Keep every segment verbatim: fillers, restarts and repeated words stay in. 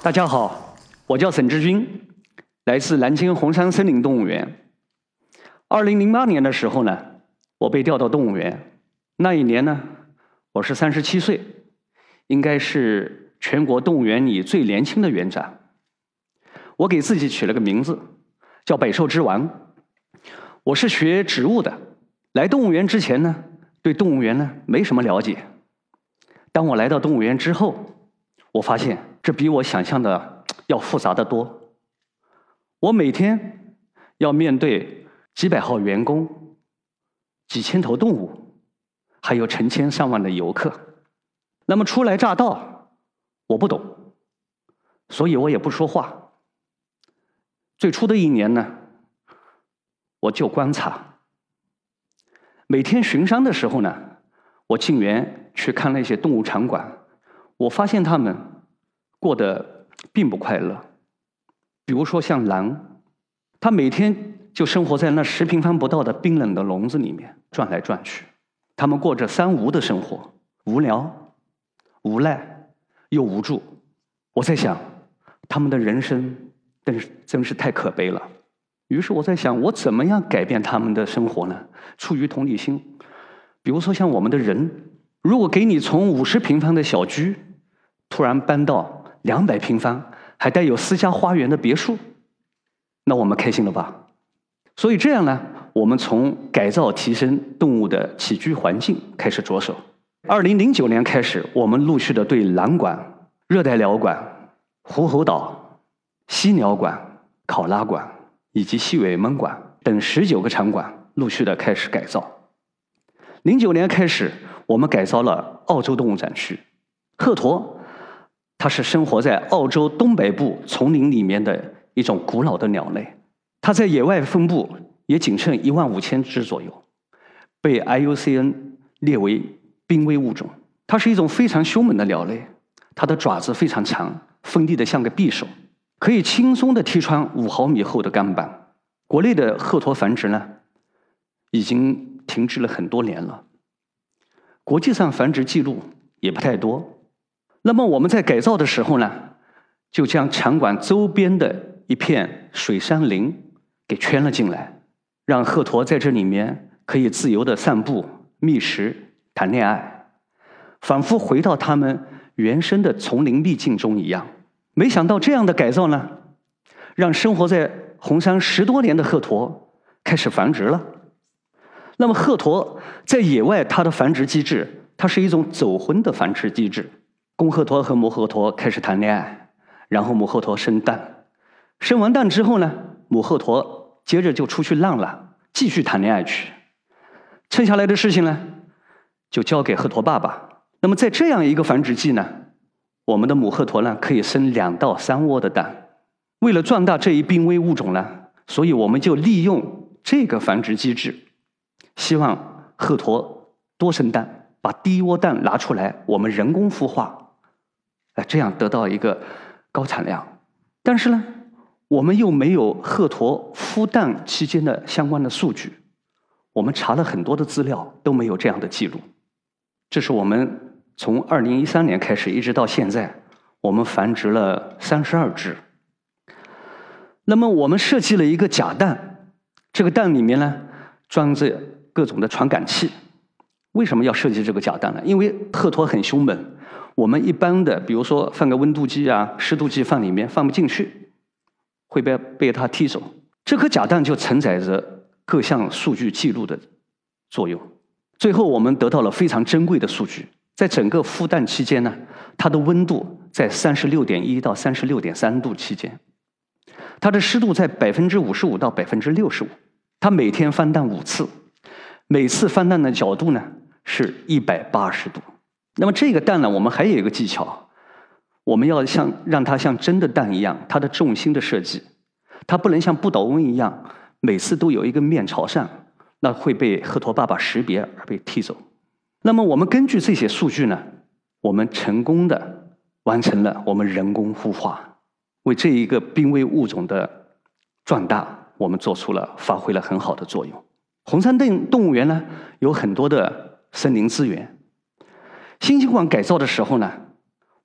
大家好，我叫沈志军，来自南京红山森林动物园。二零零八年的时候呢，我被调到动物园。那一年呢，我是三十七岁，应该是全国动物园里最年轻的园长。我给自己取了个名字，叫百兽之王。我是学植物的，来动物园之前呢，对动物园呢没什么了解。当我来到动物园之后，我发现这比我想象的要复杂得多。我每天要面对几百号员工、几千头动物，还有成千上万的游客。那么初来乍到，我不懂，所以我也不说话。最初的一年呢，我就观察。每天巡山的时候呢，我进园去看那些动物场馆，我发现他们过得并不快乐。比如说像狼，它每天就生活在那十平方不到的冰冷的笼子里面转来转去，它们过着三无的生活，无聊、无奈又无助。我在想，他们的人生真是真是太可悲了。于是我在想，我怎么样改变他们的生活呢？出于同理心，比如说像我们的人，如果给你从五十平方的小居突然搬到两百平方还带有私家花园的别墅，那我们开心了吧？所以这样呢，我们从改造提升动物的起居环境开始着手。二零零九年开始，我们陆续的对蓝馆、热带鸟馆、狐猴岛、犀鸟馆、考拉馆以及细尾獴馆等十九个场馆陆续的开始改造。零九年开始，我们改造了澳洲动物展区。鹤鸵，它是生活在澳洲东北部丛林里面的一种古老的鸟类，它在野外分布也仅剩一万五千只左右，被 I U C N 列为濒危物种。它是一种非常凶猛的鸟类，它的爪子非常长，锋利的像个匕首，可以轻松地踢穿五毫米厚的钢板。国内的鹤鸵繁殖呢，已经停滞了很多年了，国际上繁殖记录也不太多。那么我们在改造的时候呢，就将场馆周边的一片水杉林给圈了进来，让鹤鸵在这里面可以自由地散步、觅食、谈恋爱，仿佛回到他们原生的丛林秘境中一样。没想到这样的改造呢，让生活在红山十多年的鹤鸵开始繁殖了。那么鹤鸵在野外，它的繁殖机制，它是一种走婚的繁殖机制。公鹤鸵和母鹤鸵开始谈恋爱，然后母鹤鸵生蛋，生完蛋之后呢，母鹤鸵接着就出去浪了，继续谈恋爱去。剩下来的事情呢，就交给鹤鸵爸爸。那么在这样一个繁殖季呢，我们的母鹤鸵呢可以生两到三窝的蛋。为了壮大这一濒危物种呢，所以我们就利用这个繁殖机制，希望鹤鸵多生蛋，把第一窝蛋拿出来，我们人工孵化，哎，这样得到一个高产量。但是呢，我们又没有鹤鸵孵蛋期间的相关的数据，我们查了很多的资料都没有这样的记录。这是我们从二零一三年开始一直到现在，我们繁殖了三十二只。那么我们设计了一个假蛋，这个蛋里面呢装着各种的传感器。为什么要设计这个假蛋呢？因为鹤鸵很凶猛，我们一般的比如说放个温度计啊、湿度计放里面放不进去，会被被它踢走。这颗假蛋就承载着各项数据记录的作用。最后我们得到了非常珍贵的数据，在整个孵蛋期间呢，它的温度在三十六点一到三十六点三度期间，它的湿度在百分之五十五到百分之六十五，它每天翻蛋五次，每次翻蛋的角度呢是一百八十度。那么这个蛋呢，我们还有一个技巧，我们要像让它像真的蛋一样，它的重心的设计，它不能像不倒翁一样每次都有一个面朝上，那会被鹤鸵爸爸识别而被踢走。那么我们根据这些数据呢，我们成功的完成了我们人工孵化，为这一个濒危物种的壮大，我们做出了发挥了很好的作用。红山动动物园呢，有很多的森林资源。新兴馆改造的时候呢，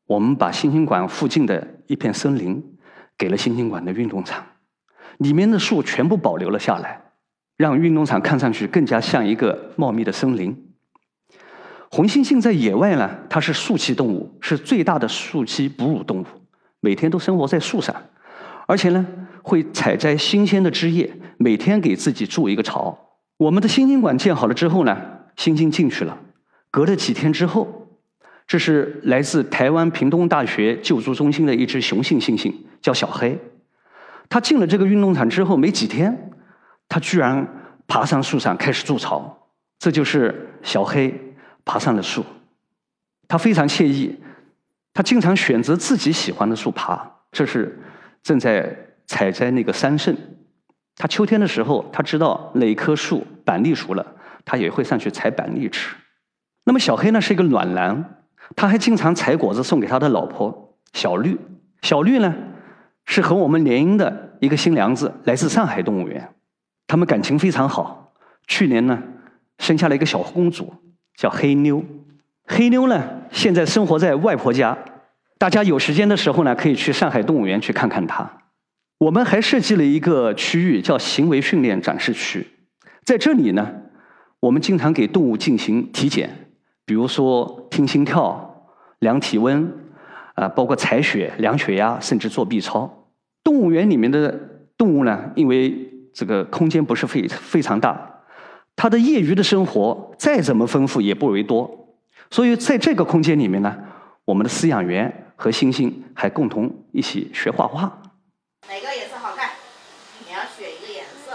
我们把新兴馆附近的一片森林给了新兴馆的运动场，里面的树全部保留了下来，让运动场看上去更加像一个茂密的森林。红猩猩在野外呢，它是树栖动物，是最大的树栖哺乳动物，每天都生活在树上，而且呢，会采摘新鲜的枝叶，每天给自己筑一个巢。我们的猩猩馆建好了之后呢，猩猩进去了，隔了几天之后，这是来自台湾屏东大学救助中心的一只雄性猩猩，叫小黑。它进了这个运动场之后没几天，它居然爬上树上开始筑巢，这就是小黑爬上了树。它非常惬意，它经常选择自己喜欢的树爬。这是正在采摘那个桑葚，它秋天的时候，它知道哪棵树板栗熟了，它也会上去采板栗吃。那么小黑呢是一个暖男，他还经常采果子送给他的老婆小绿。小绿呢是和我们联姻的一个新娘子，来自上海动物园，他们感情非常好。去年呢生下了一个小公主，叫黑妞。黑妞呢现在生活在外婆家，大家有时间的时候呢可以去上海动物园去看看她。我们还设计了一个区域叫行为训练展示区，在这里呢我们经常给动物进行体检，比如说听心跳、量体温，啊，包括采血、量血压，甚至做 B 超。动物园里面的动物呢，因为这个空间不是非非常大，它的业余的生活再怎么丰富也不为多，所以在这个空间里面呢，我们的饲养员和猩猩还共同一起学画画。 哪个颜色好看？你要选一个颜色。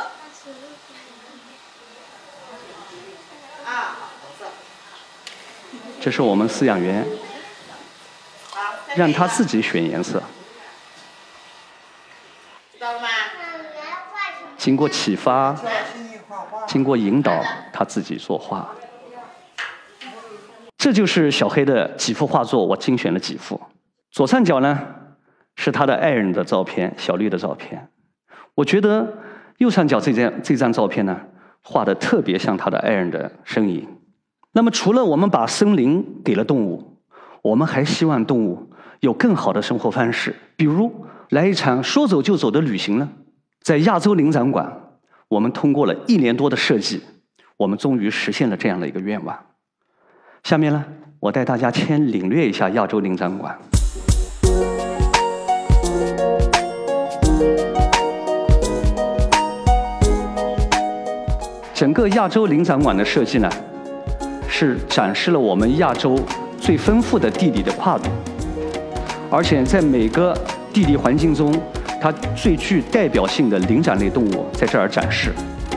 啊，红色。 这是我们饲养员，让他自己选颜色。 知道了吗？ 经过启发，经过引导，他自己作画。这就是小黑的几幅画作，我精选了几幅。左上角呢是他的爱人的照片，小绿的照片。我觉得右上角这张这张照片呢，画的特别像他的爱人的身影。那么除了我们把森林给了动物，我们还希望动物有更好的生活方式，比如来一场说走就走的旅行呢。在亚洲灵长馆，我们通过了一年多的设计，我们终于实现了这样的一个愿望。下面呢，我带大家先领略一下亚洲灵长馆。整个亚洲灵长馆的设计呢，是展示了我们亚洲最丰富的地理的跨度，而且在每个地理环境中，它最具代表性的灵长类动物在这儿展示。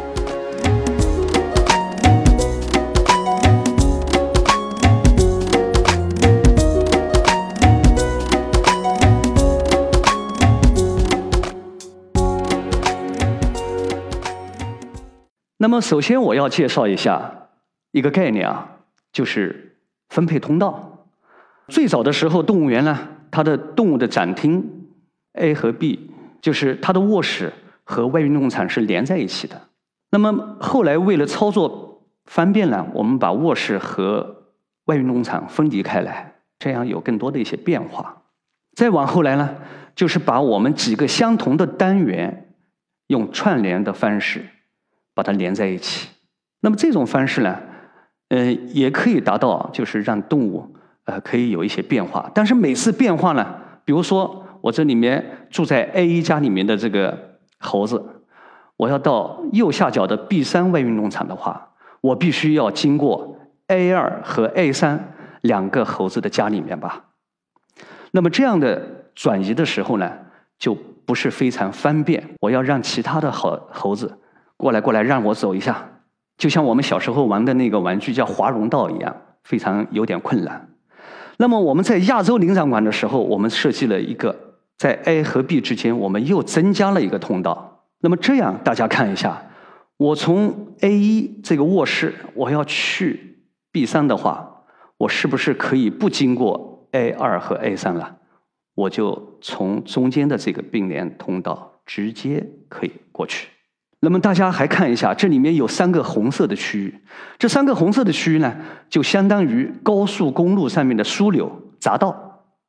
那么首先我要介绍一下一个概念啊，就是分配通道。最早的时候，动物园呢，它的动物的展厅 A 和 B， 就是它的卧室和外运动场是连在一起的。那么后来为了操作方便呢，我们把卧室和外运动场分离开来，这样有更多的一些变化。再往后来呢，就是把我们几个相同的单元用串联的方式把它连在一起。那么这种方式呢，呃，也可以达到就是让动物呃可以有一些变化。但是每次变化呢，比如说我这里面住在 A 一 家里面的这个猴子，我要到右下角的 B 三 外运动场的话，我必须要经过 A 二 和 A 三 两个猴子的家里面吧。那么这样的转移的时候呢，就不是非常方便。我要让其他的猴猴子过来过来让我走一下，就像我们小时候玩的那个玩具叫华容道一样，非常有点困难。那么我们在亚洲灵长馆的时候，我们设计了一个在 A 和 B 之间，我们又增加了一个通道。那么这样大家看一下，我从 A 一 这个卧室我要去 B 三 的话，我是不是可以不经过 A 二 和 A 三 了？我就从中间的这个并联通道直接可以过去。那么大家还看一下，这里面有三个红色的区域，这三个红色的区域呢，就相当于高速公路上面的枢纽匝道。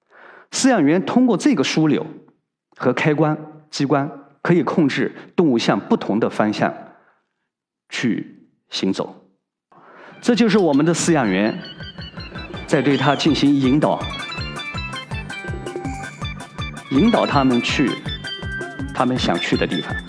饲养员通过这个枢纽和开关机关，可以控制动物向不同的方向去行走。这就是我们的饲养员在对它进行引导，引导它们去他们想去的地方。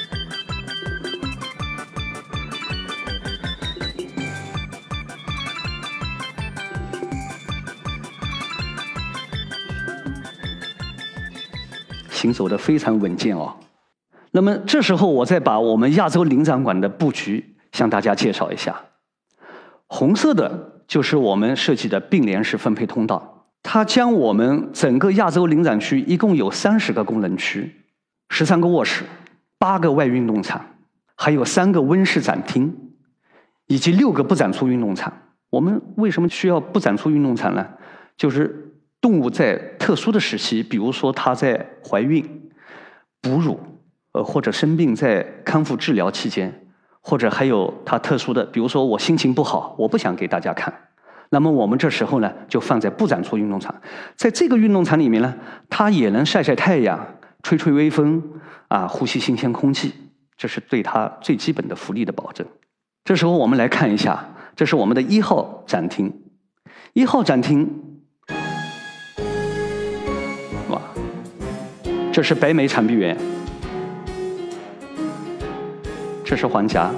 行走的非常稳健哦。那么这时候我再把我们亚洲灵长馆的布局向大家介绍一下。红色的就是我们设计的并联式分配通道，它将我们整个亚洲灵长区一共有三十个功能区，十三个卧室，八个外运动场，还有三个温室展厅，以及六个不展出运动场。我们为什么需要不展出运动场呢？就是动物在特殊的时期，比如说它在怀孕、哺乳，呃或者生病在康复治疗期间，或者还有它特殊的，比如说我心情不好，我不想给大家看，那么我们这时候呢就放在不展出运动场。在这个运动场里面呢，它也能晒晒太阳、吹吹微风啊，呼吸新鲜空气，这是对它最基本的福利的保证。这时候我们来看一下，这是我们的一号展厅。一号展厅，哇，这是白眉长臂猿，这是黄颊，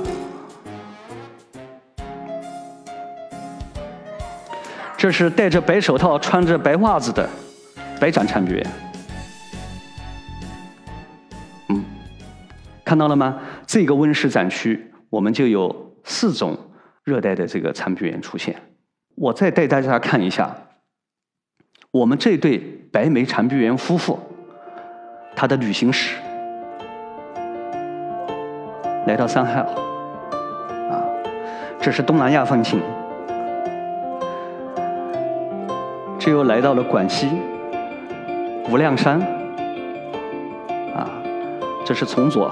这是戴着白手套、穿着白袜子的白掌长臂猿。嗯，看到了吗？这个温室展区，我们就有四种热带的这个长臂猿出现。我再带大家看一下，我们这对白眉长臂猿夫妇，他的旅行史。来到上海，啊，这是东南亚风情。这又来到了广西无量山，啊，这是从左。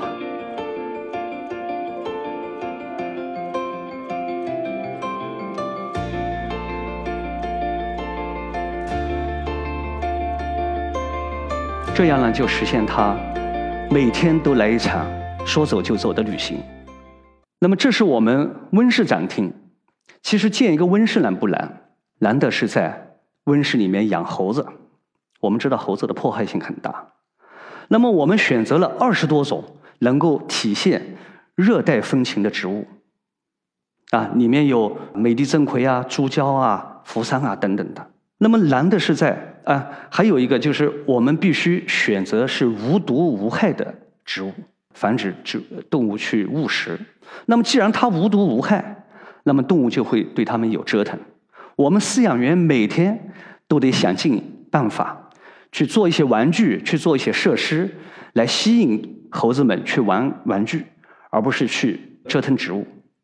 这样呢，就实现它每天都来一场说走就走的旅行。那么这是我们温室展厅。其实建一个温室难不难，难的是在温室里面养猴子。我们知道猴子的破坏性很大。那么我们选择了二十多种能够体现热带风情的植物，啊，里面有美丽珍葵啊、珠胶啊、扶桑啊等等的。那么难的是在啊，还有一个就是我们必须选择是无毒无害的植物，防止植动物去误食。那么既然它无毒无害，那么动物就会对它们有折腾。我们饲养员每天都得想尽办法去做一些玩具，去做一些设施，来吸引猴子们去玩玩具，而不是去折腾植物。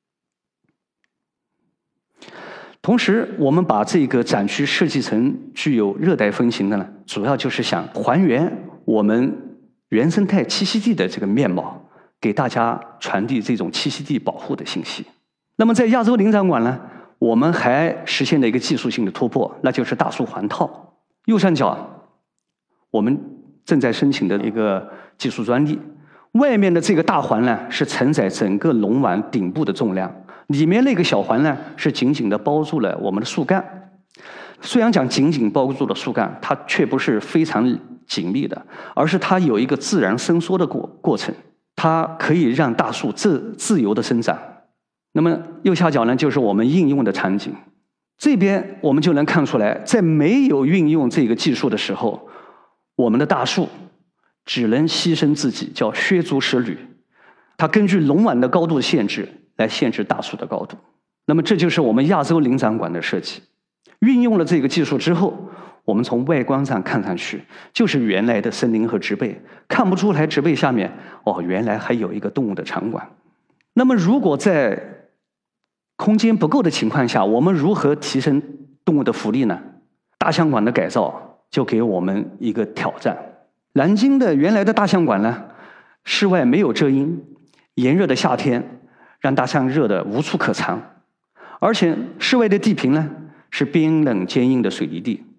同时，我们把这个展区设计成具有热带风情的呢，主要就是想还原我们原生态栖息地的这个面貌，给大家传递这种栖息地保护的信息。那么在亚洲灵长馆呢，我们还实现了一个技术性的突破，那就是大树环套。右上角，我们正在申请的一个技术专利，外面的这个大环呢，是承载整个笼网顶部的重量。里面那个小环呢，是紧紧地包住了我们的树干。虽然讲紧紧包住了树干，它却不是非常紧密的，而是它有一个自然伸缩的过过程，它可以让大树自自由地生长。那么右下角呢，就是我们应用的场景。这边我们就能看出来，在没有运用这个技术的时候，我们的大树只能牺牲自己，叫削足适履。它根据笼网的高度限制来限制大树的高度。那么这就是我们亚洲灵长馆的设计。运用了这个技术之后，我们从外观上看上去就是原来的森林和植被，看不出来植被下面哦，原来还有一个动物的场馆。那么如果在空间不够的情况下，我们如何提升动物的福利呢？大象馆的改造就给我们一个挑战。南京的原来的大象馆呢，室外没有遮阴，炎热的夏天让大象热得无处可藏，而且室外的地坪呢是冰冷坚硬的水泥地，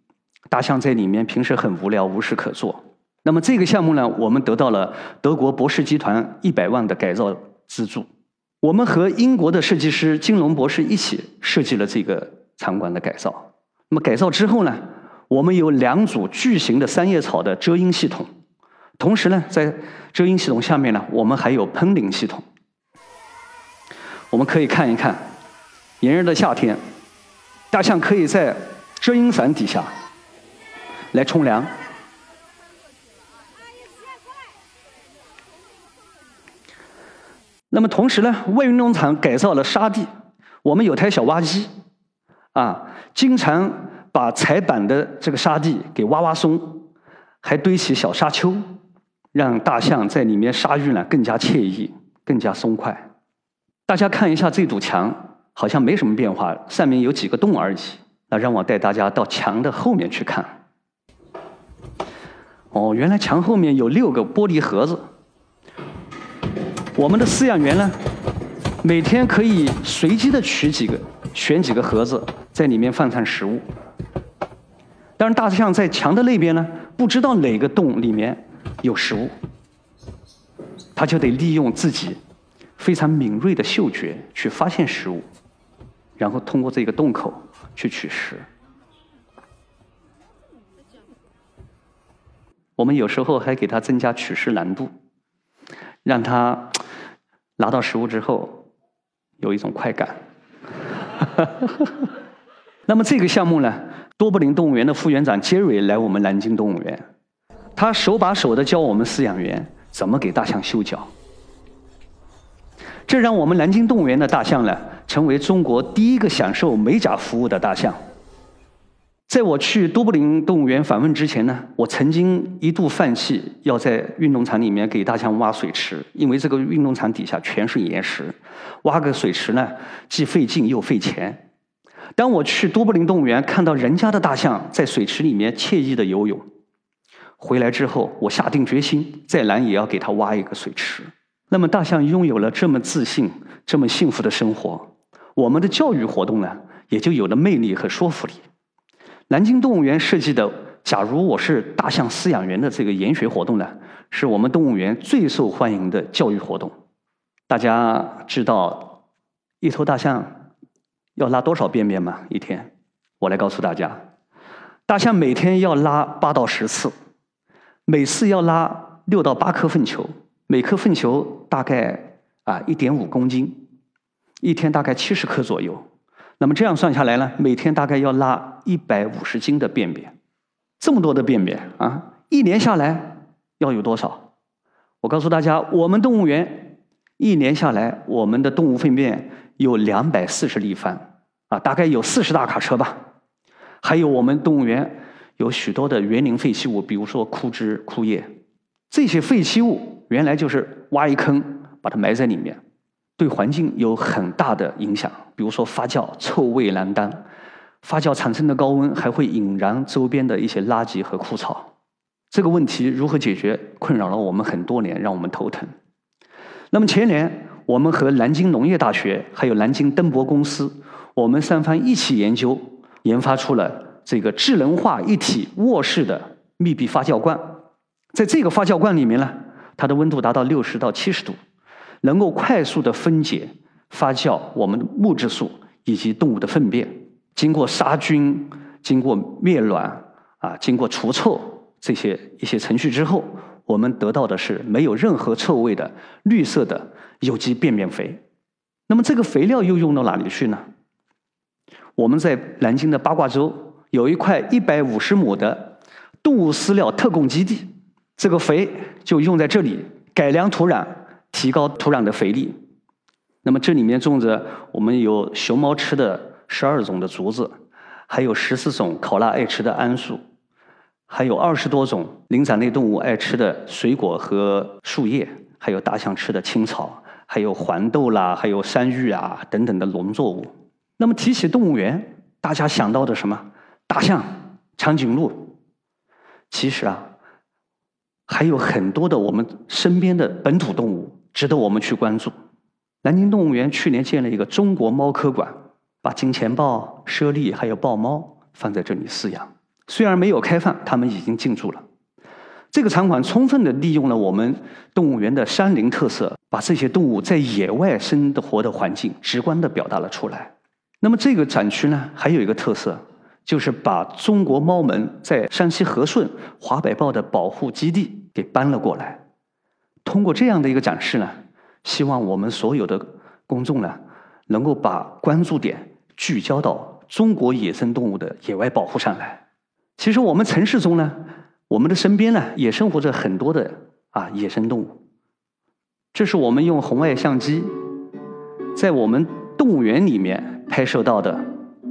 大象在里面平时很无聊，无事可做。那么这个项目呢，我们得到了德国博士集团一百万的改造资助。我们和英国的设计师金龙博士一起设计了这个场馆的改造。那么改造之后呢，我们有两组巨型的三叶草的遮阴系统，同时呢，在遮阴系统下面呢，我们还有喷淋系统。我们可以看一看，炎热的夏天，大象可以在遮阴伞底下来冲凉。那么同时呢，外运动场改造了沙地，我们有台小挖机，啊，经常把踩板的这个沙地给挖挖松，还堆起小沙丘，让大象在里面沙浴呢更加惬意，更加松快。大家看一下这堵墙，好像没什么变化，上面有几个洞而已。那让我带大家到墙的后面去看。哦，原来墙后面有六个玻璃盒子。我们的饲养员呢，每天可以随机的取几个、选几个盒子，在里面放上食物。当然，大象在墙的那边呢，不知道哪个洞里面有食物，它就得利用自己非常敏锐的嗅觉去发现食物，然后通过这个洞口去取食。我们有时候还给它增加取食难度，让它拿到食物之后有一种快感。那么这个项目呢，多布林动物园的副园长杰瑞来我们南京动物园，他手把手的教我们饲养员怎么给大象修脚。这让我们南京动物园的大象呢，成为中国第一个享受美甲服务的大象。在我去多布林动物园访问之前呢，我曾经一度放弃要在运动场里面给大象挖水池，因为这个运动场底下全是岩石，挖个水池呢既费劲又费钱。当我去多布林动物园看到人家的大象在水池里面惬意的游泳，回来之后我下定决心，再难也要给它挖一个水池。那么大象拥有了这么自信、这么幸福的生活，我们的教育活动呢，也就有了魅力和说服力。南京动物园设计的“假如我是大象饲养员”的这个研学活动呢，是我们动物园最受欢迎的教育活动。大家知道一头大象要拉多少便便吗？一天，我来告诉大家，大象每天要拉八到十次，每次要拉六到八颗粪球，每颗粪球大概啊一点五公斤，一天大概七十颗左右。那么这样算下来呢，每天大概要拉一百五十斤的便便，这么多的便便啊，一年下来要有多少？我告诉大家，我们动物园一年下来，我们的动物粪便有两百四十立方啊，大概有四十大卡车吧。还有我们动物园有许多的园林废弃物，比如说枯枝、枯叶，这些废弃物原来就是挖一坑把它埋在里面，对环境有很大的影响。比如说发酵，臭味难当，发酵产生的高温还会引燃周边的一些垃圾和枯草。这个问题如何解决，困扰了我们很多年，让我们头疼。那么前年，我们和南京农业大学还有南京登博公司，我们三方一起研究，研发出了这个智能化一体卧式的密闭发酵罐。在这个发酵罐里面呢，它的温度达到六十到七十度，能够快速的分解发酵我们的木质素以及动物的粪便，经过杀菌、经过灭卵啊、经过除臭这些一些程序之后，我们得到的是没有任何臭味的绿色的有机便便肥。那么这个肥料又用到哪里去呢？我们在南京的八卦洲有一块一百五十亩的动物饲料特供基地，这个肥就用在这里，改良土壤，提高土壤的肥力。那么这里面种着我们有熊猫吃的十二种的竹子，还有十四种考拉爱吃的桉树，还有二十多种灵长类动物爱吃的水果和树叶，还有大象吃的青草，还有黄豆啦，还有山芋啊等等的农作物。那么提起动物园，大家想到的什么？大象、长颈鹿。其实啊，还有很多的我们身边的本土动物值得我们去关注。南京动物园去年建了一个中国猫科馆，把金钱豹、猞猁还有豹猫放在这里饲养。 虽然没有开放，他们已经进驻了。这个场馆充分地利用了我们动物园的山林特色，把这些动物在野外生活的环境直观地表达了出来。那么这个展区呢，还有一个特色，就是把中国猫门在山西和顺华北豹的保护基地给搬了过来。通过这样的一个展示呢，希望我们所有的公众呢，能够把关注点聚焦到中国野生动物的野外保护上来。其实我们城市中呢，我们的身边呢，也生活着很多的啊野生动物。这是我们用红外相机在我们动物园里面拍摄到的。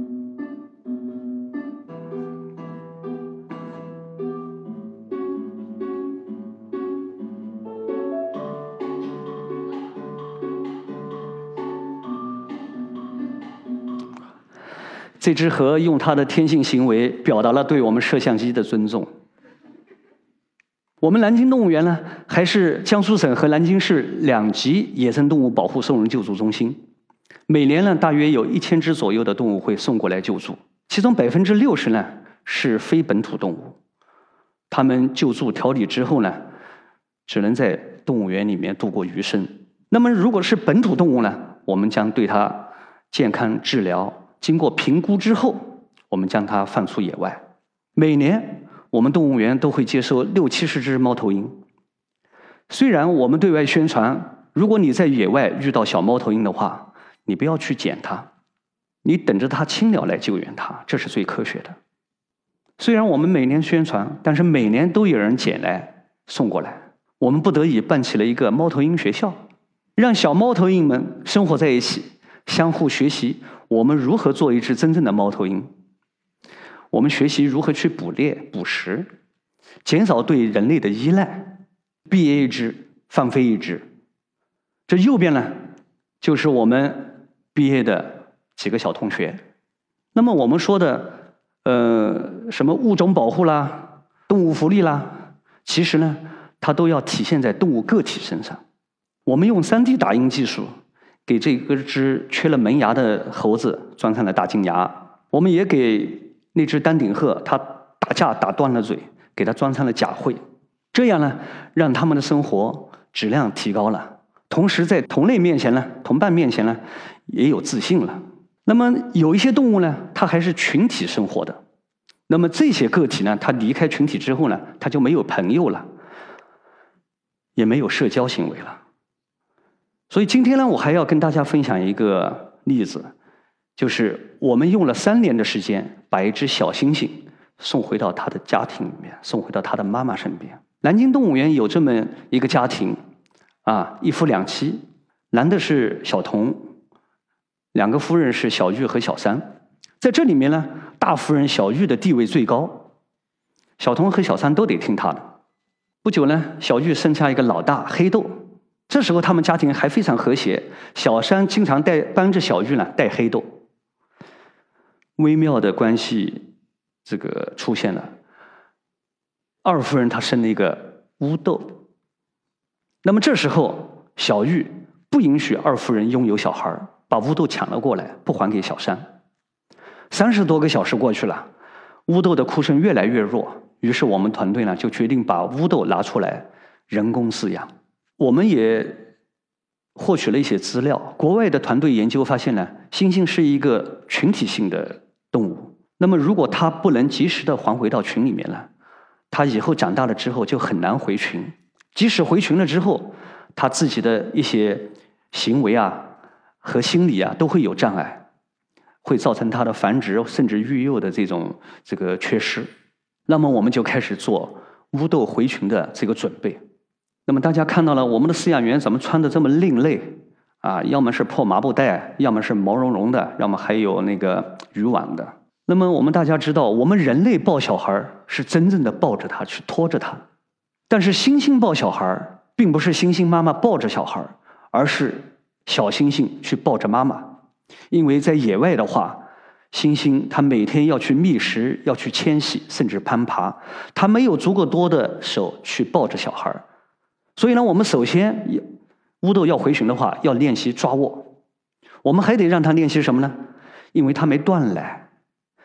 这只河用它的天性行为表达了对我们摄像机的尊重。我们南京动物园呢，还是江苏省和南京市两级野生动物保护送人救助中心。每年呢，大约有一千只左右的动物会送过来救助，其中百分之六十呢是非本土动物。它们救助调理之后呢，只能在动物园里面度过余生。那么，如果是本土动物呢，我们将对它健康治疗。经过评估之后，我们将它放出野外。每年，我们动物园都会接收六七十只猫头鹰。虽然我们对外宣传，如果你在野外遇到小猫头鹰的话，你不要去捡它，你等着它亲鸟来救援它，这是最科学的。虽然我们每年宣传，但是每年都有人捡来送过来。我们不得已办起了一个猫头鹰学校，让小猫头鹰们生活在一起，相互学习我们如何做一只真正的猫头鹰。我们学习如何去捕猎、捕食，减少对人类的依赖。毕业一只，放飞一只。这右边呢，就是我们毕业的几个小同学。那么我们说的，呃，什么物种保护啦、动物福利啦，其实呢，它都要体现在动物个体身上。我们用 三 D 打印技术，给这个只缺了门牙的猴子装上了大金牙。我们也给那只丹顶鹤，它打架打断了嘴，给它装上了假喙。这样呢，让它们的生活质量提高了，同时在同类面前呢，同伴面前呢，也有自信了。那么有一些动物呢，它还是群体生活的。那么这些个体呢，它离开群体之后呢，它就没有朋友了，也没有社交行为了。所以今天呢，我还要跟大家分享一个例子，就是我们用了三年的时间，把一只小猩猩送回到它的家庭里面，送回到它的妈妈身边。南京动物园有这么一个家庭，啊，一夫两妻，男的是小童，两个夫人是小玉和小三。在这里面呢，大夫人小玉的地位最高，小童和小三都得听她的。不久呢，小玉生下一个老大黑豆。这时候他们家庭还非常和谐，小三经常带帮着小玉呢带黑豆。微妙的关系这个出现了。二夫人她生了一个乌豆。那么这时候小玉不允许二夫人拥有小孩，把乌豆抢了过来，不还给小三。三十多个小时过去了，乌豆的哭声越来越弱，于是我们团队呢就决定把乌豆拿出来人工饲养。我们也获取了一些资料，国外的团队研究发现呢，猩猩是一个群体性的动物。那么如果它不能及时的还回到群里面了，它以后长大了之后就很难回群。即使回群了之后，它自己的一些行为啊和心理啊都会有障碍，会造成它的繁殖甚至育幼的这种这个缺失。那么我们就开始做乌豆回群的这个准备。那么大家看到了我们的饲养员怎么穿的这么另类啊？要么是破麻布袋，要么是毛茸茸的，要么还有那个渔网的。那么我们大家知道，我们人类抱小孩是真正的抱着他去拖着他，但是猩猩抱小孩并不是猩猩妈妈抱着小孩，而是小猩猩去抱着妈妈。因为在野外的话，猩猩它每天要去觅食，要去迁徙，甚至攀爬，它没有足够多的手去抱着小孩。所以呢，我们首先乌豆要回群的话，要练习抓握。我们还得让它练习什么呢？因为它没断奶，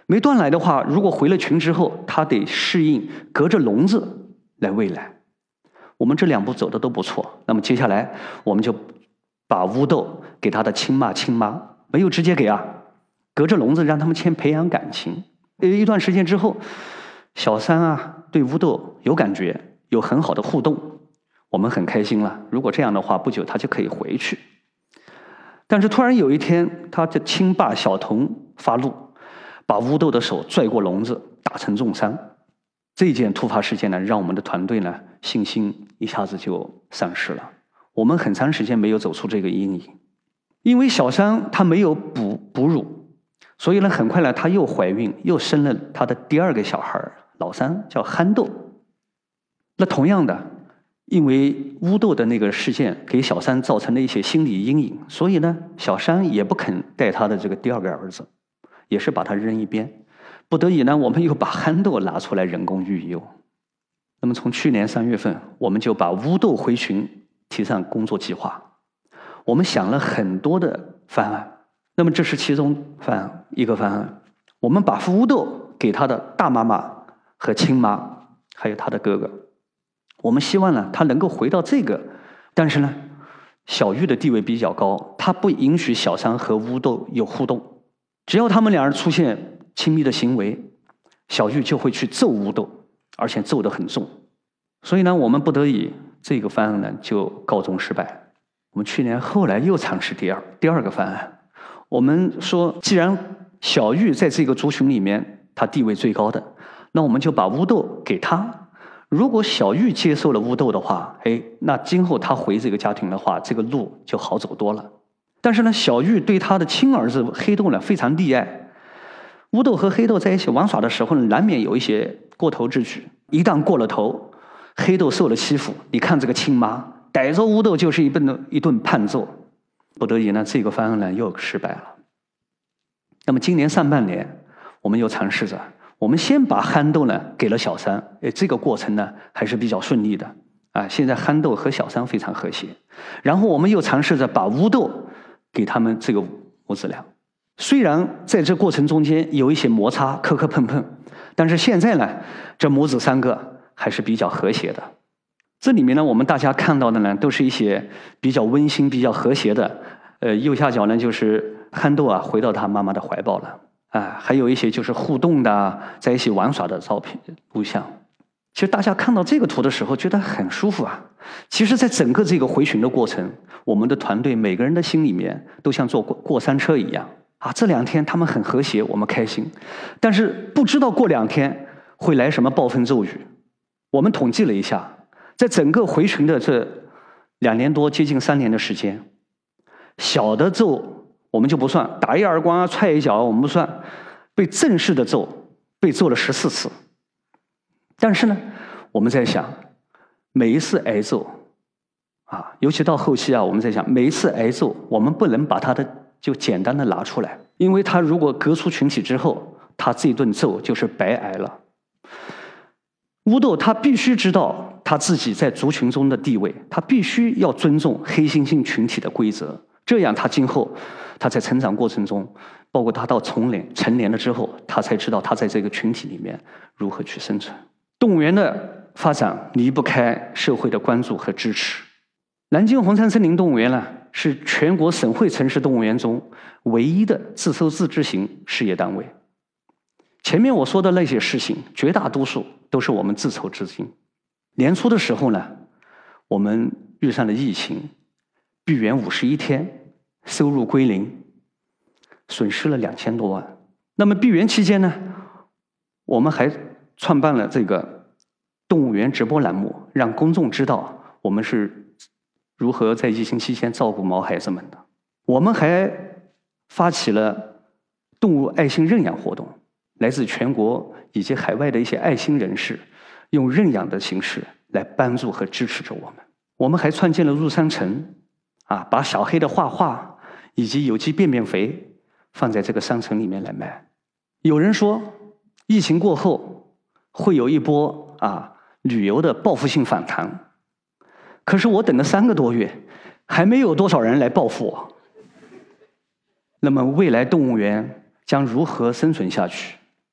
没断奶的话，如果回了群之后，它得适应隔着笼子来喂奶。我们这两步走的都不错，那么接下来我们就把乌豆给它的亲爸亲妈，没有直接给啊，隔着笼子让他们先培养感情。一段时间之后，小三啊对乌豆有感觉，有很好的互动，我们很开心了。如果这样的话，不久他就可以回去。但是突然有一天，他的亲爸小童发怒，把乌豆的手拽过笼子，打成重伤。这件突发事件呢，让我们的团队呢信心一下子就丧失了。我们很长时间没有走出这个阴影，因为小三她没有哺哺乳，所以呢，很快呢，她又怀孕，又生了她的第二个小孩，老三叫憨豆。那同样的，因为乌豆的那个事件给小三造成了一些心理阴影，所以呢，小三也不肯带他的这个第二个儿子，也是把他扔一边。不得已呢，我们又把憨豆拿出来人工育幼。那么从去年三月份，我们就把乌豆回群提上工作计划。我们想了很多的方案，那么这是其中方案一个方案。我们把乌豆给他的大妈妈和亲妈，还有他的哥哥。我们希望呢，他能够回到这个，但是呢，小玉的地位比较高，他不允许小三和乌豆有互动。只要他们两人出现亲密的行为，小玉就会去揍乌豆，而且揍得很重。所以呢，我们不得已，这个方案呢就告终失败。我们去年后来又尝试第二第二个方案，我们说，既然小玉在这个族群里面，她地位最高的，那我们就把乌豆给她。如果小玉接受了乌豆的话，哎，那今后她回这个家庭的话，这个路就好走多了。但是呢，小玉对她的亲儿子黑豆呢非常溺爱。乌豆和黑豆在一起玩耍的时候呢，难免有一些过头之举。一旦过了头，黑豆受了欺负，你看这个亲妈逮着乌豆就是一顿一顿胖揍。不得已呢，这个方案呢又失败了。那么今年上半年，我们又尝试着。我们先把憨豆呢给了小三，诶，这个过程呢还是比较顺利的啊。现在憨豆和小三非常和谐，然后我们又尝试着把乌豆给他们这个母子俩。虽然在这过程中间有一些摩擦、磕磕碰碰，但是现在呢，这母子三个还是比较和谐的。这里面呢，我们大家看到的呢，都是一些比较温馨、比较和谐的。呃，右下角呢就是憨豆啊回到他妈妈的怀抱了。啊，还有一些就是互动的，在一起玩耍的照片、录像。其实大家看到这个图的时候，觉得很舒服啊。其实，在整个这个回群的过程，我们的团队每个人的心里面都像坐过过山车一样啊。这两天他们很和谐，我们开心，但是不知道过两天会来什么暴风骤雨。我们统计了一下，在整个回群的这两年多、接近三年的时间，小的揍我们就不算，打一耳光啊、踹一脚我们不算，被正式的揍，被揍了十四次。但是呢，我们在想，每一次挨揍，啊，尤其到后期啊，我们在想，每一次挨揍，我们不能把他的就简单的拿出来，因为他如果隔出群体之后，他这顿揍就是白挨了。乌豆他必须知道他自己在族群中的地位，他必须要尊重黑猩猩群体的规则，这样他今后他在成长过程中，包括他到成年成年了之后，他才知道他在这个群体里面如何去生存。动物园的发展离不开社会的关注和支持。南京红山森林动物园呢，是全国省会城市动物园中唯一的自筹自治型事业单位。前面我说的那些事情，绝大多数都是我们自筹资金。年初的时候呢，我们遇上了疫情，闭园五十一天，收入归零，损失了两千多万。那么闭园期间呢，我们还创办了这个动物园直播栏目，让公众知道我们是如何在疫情期间照顾毛孩子们的。我们还发起了动物爱心认养活动，来自全国以及海外的一些爱心人士，用认养的形式来帮助和支持着我们。我们还创建了入山城，啊，把小黑的画画以及有机便便肥放在这个商城里面来卖。有人说，疫情过后会有一波啊旅游的报复性反弹，可是我等了三个多月，还没有多少人来报复我。那么未来动物园将如何生存下去？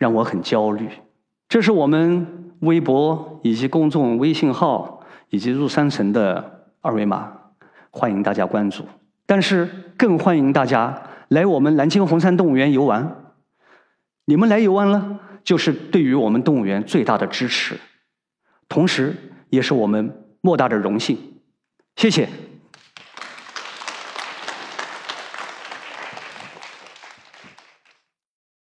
让我很焦虑。这是我们微博以及公众微信号以及入山城的二维码，欢迎大家关注。但是更欢迎大家来我们南青红山动物园游玩。你们来游玩了，就是对于我们动物园最大的支持，同时也是我们莫大的荣幸。谢谢。